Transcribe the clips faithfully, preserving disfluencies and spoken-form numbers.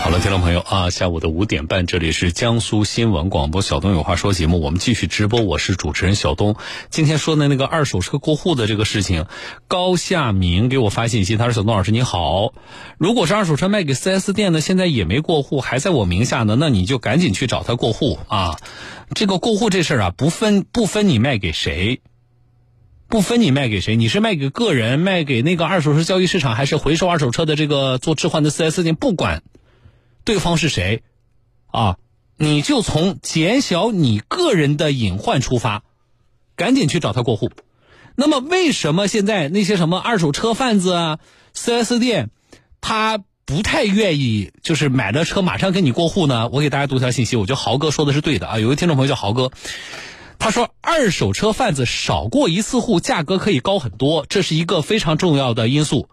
好了，听众朋友啊，下午的五点半，这里是江苏新闻广播小东有话说节目，我们继续直播，我是主持人小东。今天说的那个二手车过户的这个事情，高夏明给我发信息，他说小东老师你好，如果是二手车卖给 四 S 店的，现在也没过户，还在我名下呢，那你就赶紧去找他过户啊。这个过户这事儿啊，不分不分你卖给谁。不分你卖给谁，你是卖给个人，卖给那个二手车交易市场，还是回收二手车的这个做置换的 四 S 店，不管对方是谁啊，你就从减小你个人的隐患出发，赶紧去找他过户。那么为什么现在那些什么二手车贩子啊 四 S 店他不太愿意就是买了车马上跟你过户呢？我给大家读条信息，我觉得豪哥说的是对的啊。有个听众朋友叫豪哥，他说二手车贩子少过一次户价格可以高很多，这是一个非常重要的因素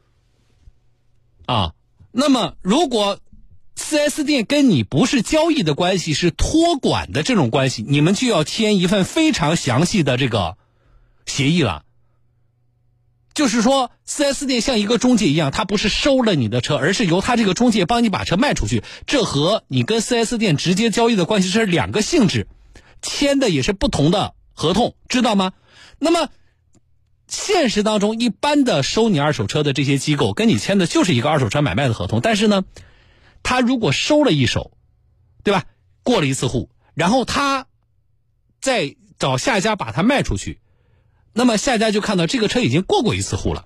啊。那么如果四 S 店跟你不是交易的关系，是托管的这种关系，你们就要签一份非常详细的这个协议了。就是说 四 S 店像一个中介一样，他不是收了你的车，而是由他这个中介帮你把车卖出去，这和你跟 四 S 店直接交易的关系是两个性质，签的也是不同的合同，知道吗？那么现实当中一般的收你二手车的这些机构跟你签的就是一个二手车买卖的合同，但是呢他如果收了一手，对吧，过了一次户，然后他再找下家把它卖出去，那么下家就看到这个车已经过过一次户了，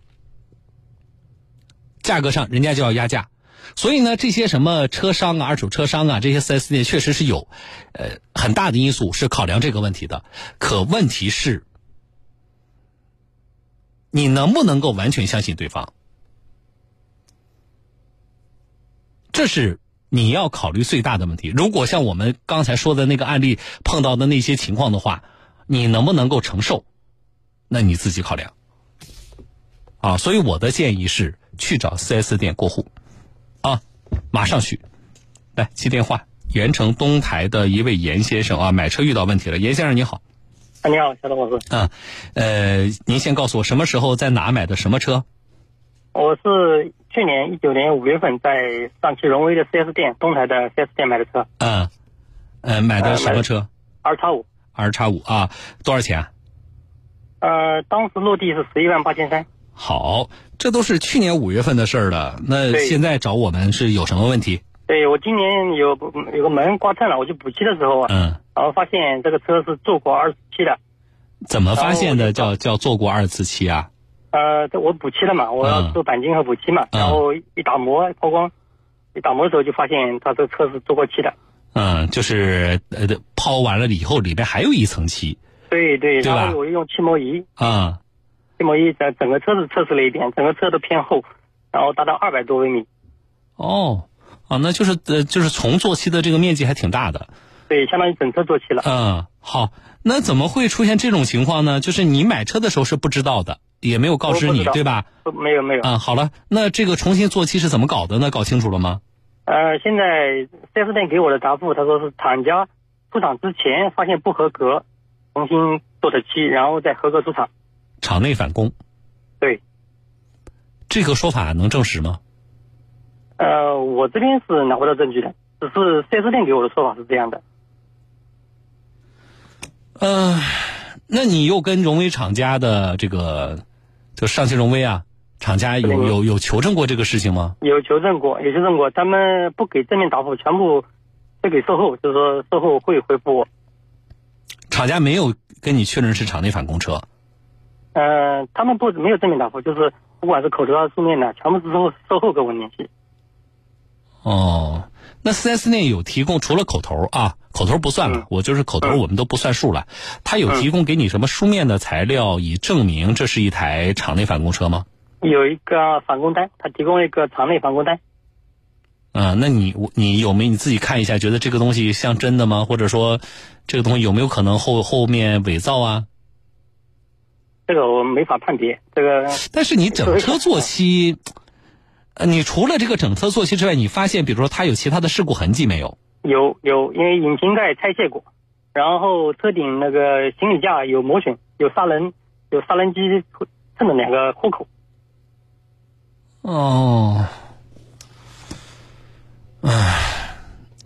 价格上人家就要压价。所以呢这些什么车商啊二手车商啊这些 四 S 店确实是有呃很大的因素是考量这个问题的。可问题是你能不能够完全相信对方，这是你要考虑最大的问题。如果像我们刚才说的那个案例碰到的那些情况的话，你能不能够承受，那你自己考量啊。所以我的建议是去找 四 S 店过户啊，马上去。来接电话，盐城东台的一位严先生啊，买车遇到问题了。严先生你好。 啊，你好，小东老师。 啊，呃，您先告诉我什么时候在哪买的什么车？ 我是去年一九年五月份在上汽荣威的 四 S 店，东台的 四 S 店买的车。 嗯，呃，买的什么车？ R 叉五。 R 叉五啊，多少钱啊？ 呃，当时落地是十一万八千三。 好，这都是去年五月份的事儿了。那现在找我们是有什么问题？ 对，我今年有有个门刮蹭了，我去补漆的时候啊，嗯，然后发现这个车是做过二次漆的。 怎么发现的？叫叫做过二次漆啊？ 呃，我补漆了嘛，我要做钣金和补漆嘛，嗯、然后一打磨抛光，一打磨的时候就发现它这个车是做过漆的。 嗯，就是呃抛完了以后里面还有一层漆。 对对，对然后我用漆膜仪啊， 漆膜仪在整个车子测试了一遍，整个车都偏厚，然后达到二百多微米。 哦，啊，那就是呃就是重做漆的这个面积还挺大的。 对，相当于整车做漆了。 嗯，好，那怎么会出现这种情况呢？就是你买车的时候是不知道的，也没有告知你，对吧？ 没有没有。 嗯，好了，那这个重新做漆是怎么搞的呢？搞清楚了吗？ 呃，现在 四 S 店给我的答复，他说是厂家出厂之前发现不合格，重新做的漆，然后再合格出厂。 厂内返工。 对。 这个说法能证实吗？ 呃，我这边是拿不到证据的，只是 四 S 店给我的说法是这样的。 嗯、呃，那你又跟荣威厂家的这个，就上汽荣威啊，厂家有有有求证过这个事情吗？ 有求证过，有求证过，他们不给正面答复，全部推给售后，就是说售后会回复我。 厂家没有跟你确认是厂内返工车？ 呃，他们不没有正面答复，就是不管是口头还是书面的，全部是售售后跟我联系。 哦，那 四 S 店有提供除了口头啊，口头不算了，嗯、我就是口头我们都不算数了。他有提供给你什么书面的材料以证明这是一台厂内返工车吗？ 有一个返工单，他提供一个厂内返工单。 嗯，那你你有没有你自己看一下，觉得这个东西像真的吗？或者说这个东西有没有可能后后面伪造啊？ 这个我没法判别。这个， 但是你整车做漆。呃，你除了这个整车做漆之外，你发现比如说它有其他的事故痕迹没有？ 有有，因为引擎盖拆卸过，然后车顶那个行李架有磨损，有砂轮，有砂轮机蹭的两个豁口。 哦，唉，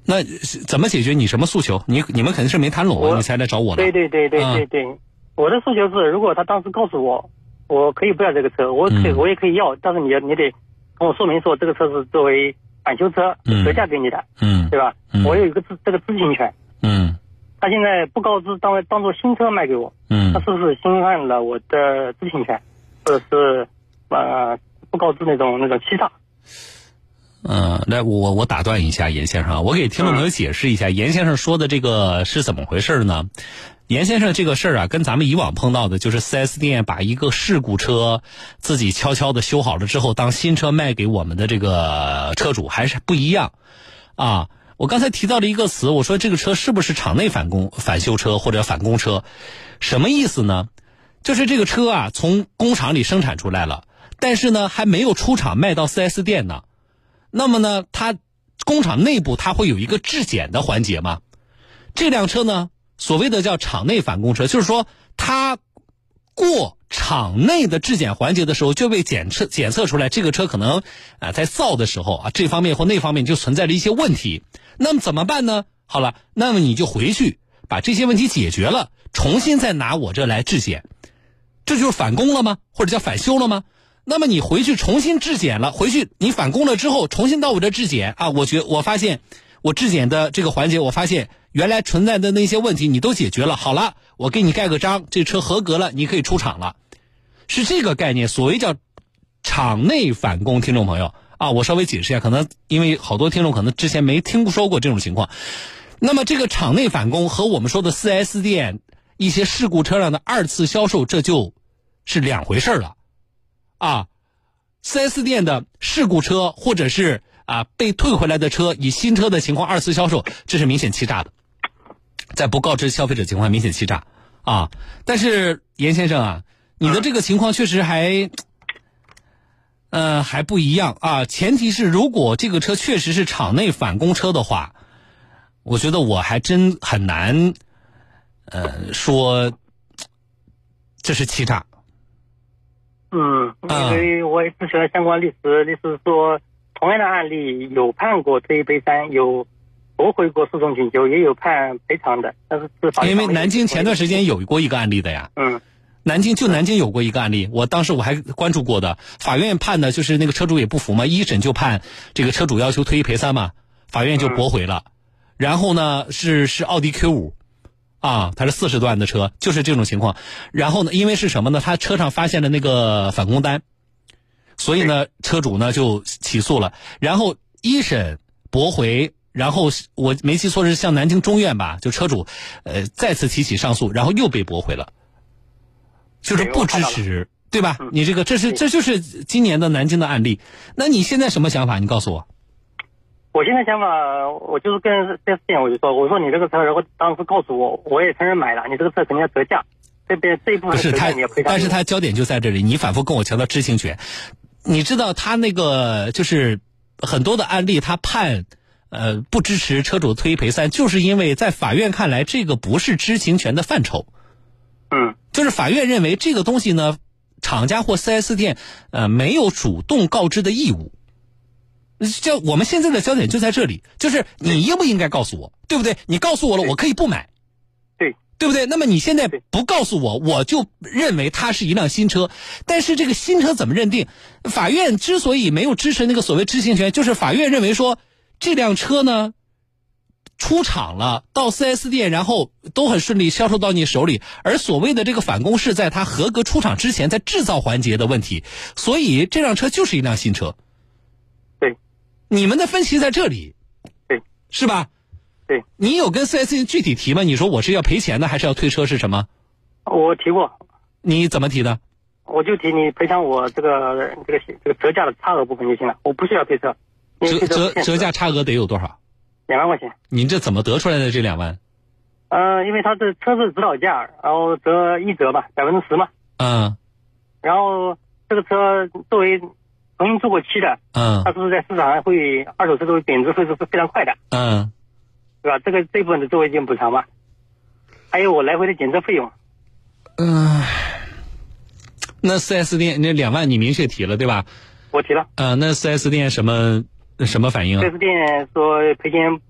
那怎么解决？你什么诉求？你你们肯定是没谈拢，你才来找我的。 对对对对对对，嗯、我的诉求是，如果他当时告诉我，我可以不要这个车，我可以、嗯、我也可以要，但是你你得跟我说明说这个车是作为返修车折价给你的， 嗯， 对吧？嗯、我有一个知这个知情权。 嗯。 他现在不告知当当做新车卖给我， 嗯， 他是不是侵犯了我的知情权，或者是呃不告知那种那种欺诈？ 嗯，来我我打断一下严先生，我给听众朋友解释一下，嗯、严先生说的这个是怎么回事呢？严先生这个事儿啊，跟咱们以往碰到的就是 四 S 店把一个事故车自己悄悄的修好了之后，当新车卖给我们的这个车主还是不一样啊。我刚才提到了一个词，我说这个车是不是厂内返工返修车或者返工车？什么意思呢？就是这个车啊，从工厂里生产出来了，但是呢还没有出厂卖到 四 S 店呢。那么呢，它工厂内部它会有一个质检的环节嘛？这辆车呢，所谓的叫厂内返工车，就是说它过厂内的质检环节的时候，就被检测检测出来这个车可能啊在造的时候啊这方面或那方面就存在了一些问题。那么怎么办呢？好了，那么你就回去把这些问题解决了，重新再拿我这来质检，这就是返工了吗？或者叫返修了吗？那么你回去重新质检了，回去你返工了之后，重新到我这质检啊，我觉我发现我质检的这个环节，我发现原来存在的那些问题你都解决了，好了，我给你盖个章，这车合格了，你可以出厂了，是这个概念，所谓叫厂内返工。听众朋友啊，我稍微解释一下，可能因为好多听众可能之前没听说过这种情况。那么这个厂内返工和我们说的 四 S 店一些事故车辆的二次销售，这就是两回事了啊。四 S 店的事故车或者是啊被退回来的车以新车的情况二次销售，这是明显欺诈的，在不告知消费者情况明显欺诈啊。但是严先生啊，你的这个情况确实还呃还不一样啊。前提是如果这个车确实是厂内返工车的话，我觉得我还真很难呃说这是欺诈。 嗯，因为我也咨询了相关律师，律师说同样的案例有判过推杯三，有驳回过诉讼请求，也有判赔偿的，但是是法律。 因为南京前段时间有过一个案例的呀。 嗯。 南京就南京有过一个案例，我当时我还关注过的，法院判的就是那个车主也不服嘛，一审就判这个车主要求推一赔三嘛，法院就驳回了。嗯、然后呢是是奥迪 Q 五。啊，它是四十多万的车，就是这种情况。然后呢，因为是什么呢？他车上发现了那个返工单，所以呢，车主呢就起诉了。然后一审驳回，然后我没记错是向南京中院吧，就车主呃再次提起上诉，然后又被驳回了，就是不支持，对吧？你这个这是这就是今年的南京的案例。那你现在什么想法？你告诉我。 我现在想法，我就是跟四 S 店我就说，我说你这个车如果当时告诉我，我也承认买了，你这个车肯定要折价，这边这一部分折价你要赔偿。 但是他焦点就在这里，你反复跟我强调知情权，你知道他那个就是很多的案例，他判呃不支持车主推赔三，就是因为在法院看来这个不是知情权的范畴。 嗯， 就是法院认为这个东西呢，厂家或 四 S 店呃没有主动告知的义务。就我们现在的焦点就在这里，就是你应不应该告诉我，对不对？你告诉我了，我可以不买， 对对不对？那么你现在不告诉我，我就认为它是一辆新车。但是这个新车怎么认定？法院之所以没有支持那个所谓知情权，就是法院认为说这辆车呢出厂了，到 四 S 店，然后都很顺利销售到你手里，而所谓的这个返工是在它合格出厂之前，在制造环节的问题，所以这辆车就是一辆新车。你们的分歧在这里， 对， 是吧？ 对， 你有跟 四 S 店具体提吗？你说我是要赔钱的，还是要退车？是什么？ 我提过。 你怎么提的？ 我就提你赔偿我这个这个这个折价的差额部分就行了，我不需要退车。 折折折价差额得有多少？ 两万块钱。 您这怎么得出来的这两万？ 呃，因为它是车是指导价，然后折一折吧，百分之十嘛。 嗯。 然后这个车作为重新做过漆的， 嗯， 它是不是在市场上会二手车的贬值会是非常快的， 嗯， 对吧？这个这部分的作为一件补偿嘛，还有我来回的检测费用。 嗯，那 四 S 店那两万你明确提了对吧？ 我提了。 呃，那 四 S 店什么什么反应？ 四 S 店说赔钱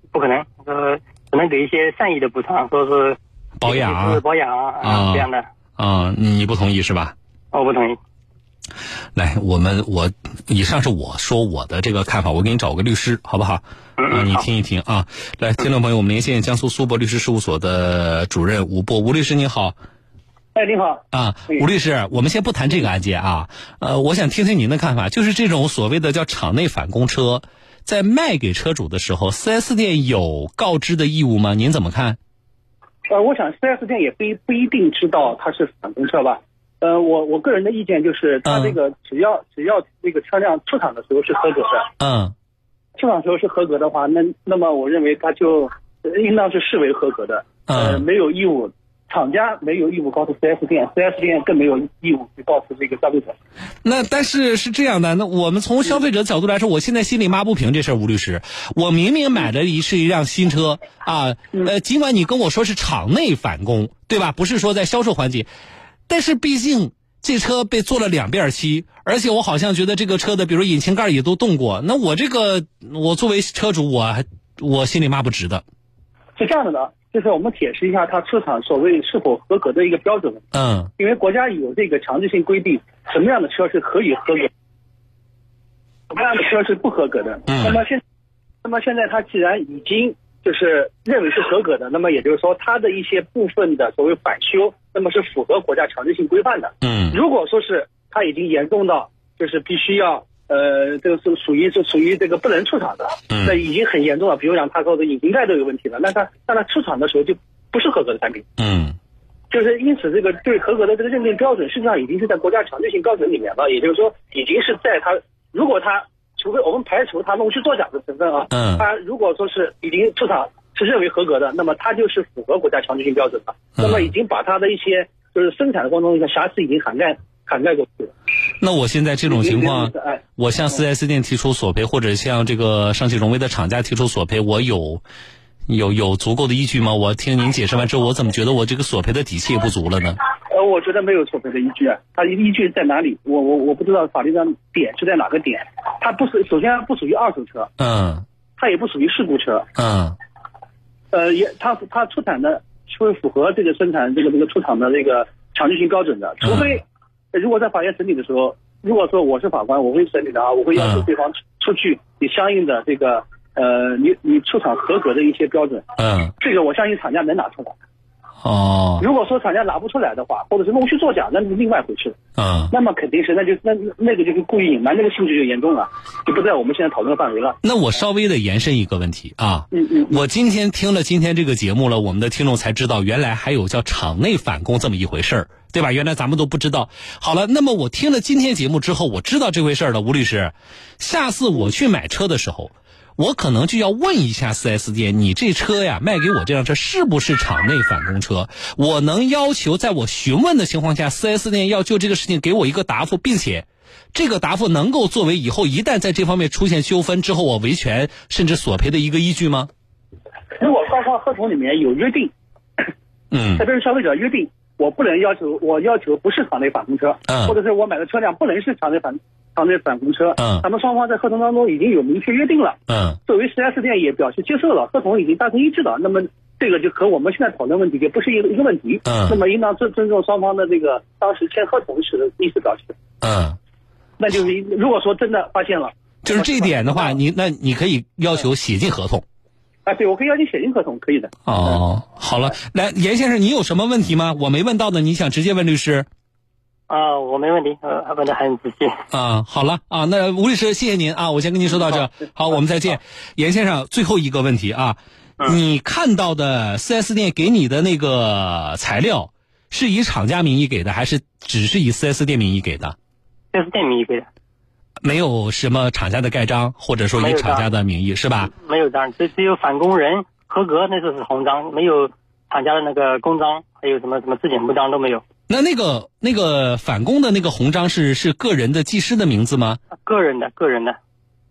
不可能，呃，只能给一些善意的补偿，说是保养、 保养啊、啊这样的。 啊，你不同意是吧？ 我不同意。 来，我们我以上是我说我的这个看法，我给你找个律师好不好？ 嗯， 啊，你听一听啊。来，听众朋友，我们连线江苏苏博律师事务所的主任吴波，吴律师你好。 哎，你好啊，吴律师，我们先不谈这个案件啊，呃，我想听听您的看法，就是这种所谓的叫场内返工车，在卖给车主的时候 四 S 店有告知的义务吗？您怎么看？ 呃，我想 四 S 店也不一不一定知道它是返工车吧。呃，我我个人的意见就是，它这个只要、嗯、只要这个车辆出厂的时候是合格的，嗯，出厂时候是合格的话，那那么我认为它就应当是视为合格的，呃，嗯、没有义务。厂家没有义务告诉 四 S 店 ，四 S 店更没有义务去告诉这个消费者。 那但是是这样的，那我们从消费者的角度来说，我现在心里抹不平这事儿，吴律师，我明明买的一是一辆新车啊，呃，尽管你跟我说是场内返工，对吧？不是说在销售环节，但是毕竟这车被做了两遍漆，而且我好像觉得这个车的，比如引擎盖也都动过，那我这个我作为车主，我还我心里抹不直的。 是这样的呢。就是我们解释一下它出厂所谓是否合格的一个标准。嗯，因为国家有这个强制性规定，什么样的车是可以合格，什么样的车是不合格的。嗯，那么现，那么现在它既然已经就是认为是合格的，那么也就是说它的一些部分的所谓返修，那么是符合国家强制性规范的。嗯，如果说是它已经严重到就是必须要。呃，这个是属于是属于这个不能出厂的，嗯，那已经很严重了。比如讲，他说的引擎盖都有问题了，那他那他出厂的时候就不是合格的产品，嗯，就是因此这个对合格的这个认定标准，实际上已经是在国家强制性标准里面了。也就是说，已经是在他如果他除非我们排除他弄虚作假的成分啊，嗯，他如果说是已经出厂是认为合格的，那么他就是符合国家强制性标准的，嗯，那么已经把他的一些就是生产的过程中一些瑕疵已经涵盖涵盖过去了。 那我现在这种情况，我向 四 S 店提出索赔，或者向这个上汽荣威的厂家提出索赔，我有有有足够的依据吗？我听您解释完之后，我怎么觉得我这个索赔的底气也不足了呢？ 呃，我觉得没有索赔的依据啊，它依据在哪里？我我我不知道法律上点是在哪个点。它不是，首先不属于二手车，嗯，它也不属于事故车，嗯，呃，也它它出产的会符合这个生产这个这个出厂的这个强制性标准的，除非。嗯，如果在法院审理的时候，如果说我是法官，我会审理的啊，我会要求对方出具你相应的这个呃，你你出厂合格的一些标准。嗯，这个我相信厂家能拿出来。哦，如果说厂家拿不出来的话，或者是弄虚作假，那是另外回事。嗯，那么肯定是，那就那那个就是故意隐瞒，那个性质就严重了，就不在我们现在讨论的范围了。 那我稍微的延伸一个问题啊，嗯嗯，我今天听了今天这个节目了，我们的听众才知道原来还有叫场内返工这么一回事儿。对吧？原来咱们都不知道。好了，那么我听了今天节目之后，我知道这回事了。吴律师，下次我去买车的时候，我可能就要问一下 四 S 店，你这车呀，卖给我这辆车是不是场内返工车？我能要求在我询问的情况下 ，四 S 店要就这个事情给我一个答复，并且这个答复能够作为以后一旦在这方面出现纠纷之后，我维权甚至索赔的一个依据吗？ 如果双方合同里面有约定，嗯，特别是消费者约定。我不能要求，我要求不是场内返工车，嗯，或者是我买的车辆不能是场内返场内返工车，嗯，咱们双方在合同当中已经有明确约定了，嗯，作为 四 S 店也表示接受了，合同已经达成一致了，那么这个就和我们现在讨论问题就不是一个一个问题，嗯，那么应当尊尊重双方的这个当时签合同时的意思表示，嗯，那就是如果说真的发现了， 就是这一点的话，你那你可以要求写进合同。 啊，对，我可以要求写进合同，可以的。 哦，好了，来，严先生，你有什么问题吗？我没问到的，你想直接问律师？ 啊，我没问题，呃，问的很仔细。 啊，好了啊，那吴律师，谢谢您啊，我先跟您说到这，好，我们再见。严先生，最后一个问题啊，嗯、你看到的 四 S 店给你的那个材料，是以厂家名义给的，还是只是以 四 S 店名义给的？ 四 S 店名义给的。 没有什么厂家的盖章，或者说以厂家的名义是吧？ 没有章，只只有返工人合格，那就是红章，没有厂家的那个公章，还有什么什么质检不章都没有。 那那个那个返工的那个红章是是个人的技师的名字吗？ 个人的，个人的。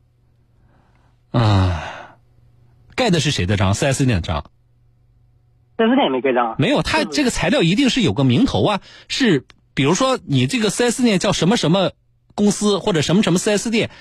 啊，盖的是谁的章？ 四 S 店的章。 四 S 店也没盖章。 没有，他这个材料一定是有个名头啊，是比如说你这个 四 S 店叫什么什么公司或者什么什么 四 S 店，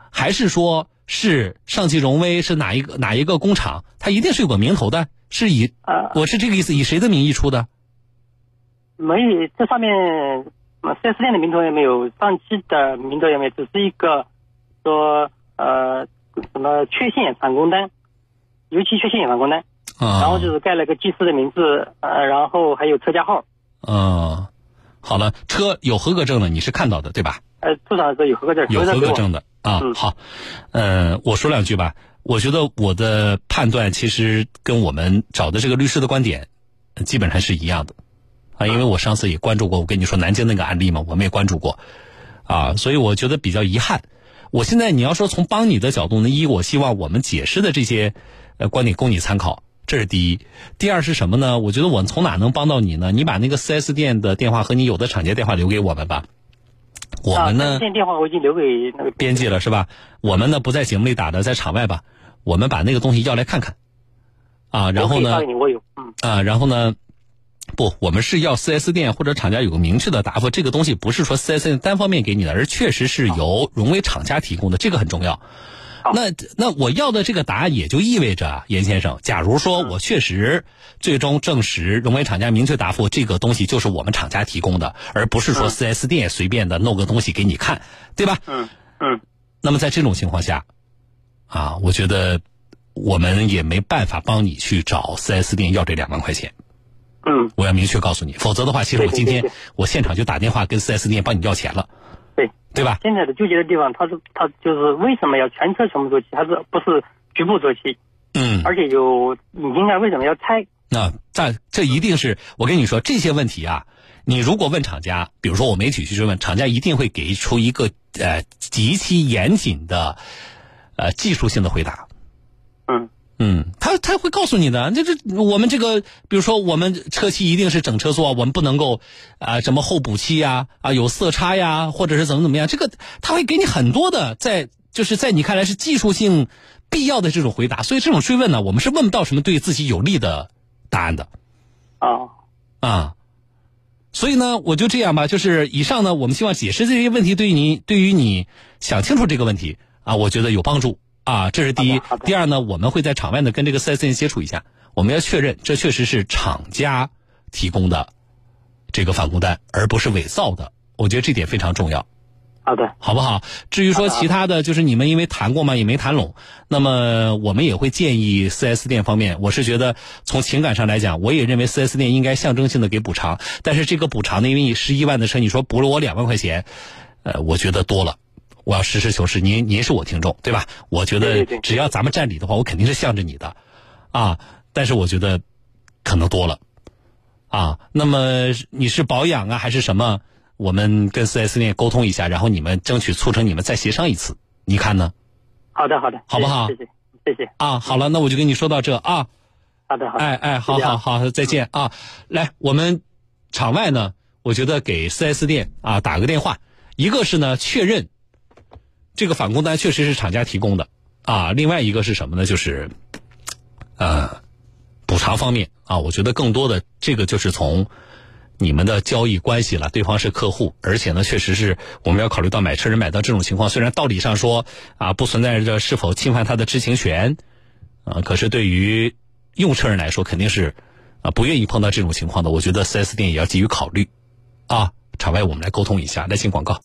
还是说是上汽荣威，是哪一个哪一个工厂？它一定是有个名头的，是以、呃、我是这个意思，以谁的名义出的？ 没有，这上面四 S 店的名头也没有，上汽的名头也没有，只是一个说呃什么缺陷返工单，油漆缺陷返工单， 啊、 然后就是盖了个技师的名字，呃，然后还有车架号。 嗯，好了，车有合格证的，你是看到的对吧？ 呃，至少是有合格证， 有合格证的啊。 嗯、 好，呃，我说两句吧。我觉得我的判断其实跟我们找的这个律师的观点基本上是一样的啊，因为我上次也关注过，我跟你说南京那个案例嘛，我们也关注过啊，所以我觉得比较遗憾。我现在你要说从帮你的角度呢，一，我希望我们解释的这些呃观点供你参考，这是第一。第二是什么呢？我觉得我从哪能帮到你呢？你把那个 四 S 店的电话和你有的厂家电话留给我们吧。我们呢， 啊、四 S 店电话我已经留给那个编辑了是吧？我们呢不在节目里打的，在场外吧。我们把那个东西要来看看啊，然后呢， 我有，嗯啊，然后呢，不，我们是要 四 S 店或者厂家有个明确的答复，这个东西不是说 四 S 店单方面给你的，而确实是由荣威厂家提供的，这个很重要。那那我要的这个答案也就意味着，严先生，假如说我确实最终证实荣威厂家明确答复这个东西就是我们厂家提供的，而不是说 四 S 店随便的弄个东西给你看，对吧？ 嗯嗯。 那么在这种情况下，啊，我觉得我们也没办法帮你去找 四 S 店要这两万块钱。 嗯， 我要明确告诉你，否则的话，其实我今天我现场就打电话跟 四 S 店帮你要钱了。 对， 对吧？ 现在的纠结的地方，它是它就是为什么要全车全部做漆，还是不是局部做漆？ 嗯， 而且有引擎盖为什么要拆？ 那这这一定是我跟你说这些问题啊，你如果问厂家，比如说我媒体去追问，厂家一定会给出一个呃极其严谨的。呃，技术性的回答， 嗯嗯，他他会告诉你的，这这我们这个，比如说我们车漆一定是整车做，我们不能够啊、呃、什么后补漆呀，啊有色差呀，或者是怎么怎么样，这个他会给你很多的在就是在你看来是技术性必要的这种回答，所以这种追问呢，我们是问不到什么对自己有利的答案的。 啊啊，所以呢，我就这样吧，就是以上呢，我们希望解释这些问题，对于你对于你想清楚这个问题。啊，我觉得有帮助啊，这是第一。第二呢，我们会在场外呢跟这个 四 S 店接触一下，我们要确认这确实是厂家提供的这个返工单，而不是伪造的。我觉得这点非常重要。 好的， 好不好？至于说其他的就是你们因为谈过嘛，也没谈拢，那么我们也会建议 四 S 店方面，我是觉得从情感上来讲，我也认为 四 S 店应该象征性的给补偿，但是这个补偿呢，因为你十一万的车，你说补了我两万块钱，呃，我觉得多了。我要实事求是，您您是我听众，对吧？我觉得只要咱们占理的话，我肯定是向着你的，啊，但是我觉得可能多了，啊，那么你是保养啊还是什么？我们跟 四 S 店沟通一下，然后你们争取促成你们再协商一次，你看呢？ 好的，好的， 好不好？ 谢谢，谢谢。 啊，好了，那我就跟你说到这啊。 好的，好的。 哎哎，好好好，再见啊！来，我们场外呢，我觉得给 四 S 店啊打个电话，一个是呢确认。这个返工单确实是厂家提供的啊，另外一个是什么呢？就是呃补偿方面啊，我觉得更多的这个就是从你们的交易关系了，对方是客户，而且呢确实是我们要考虑到买车人买到这种情况，虽然道理上说啊不存在着是否侵犯他的知情权啊，可是对于用车人来说肯定是啊不愿意碰到这种情况的，我觉得 四 S 店也要给予考虑啊。场外我们来沟通一下，来进广告。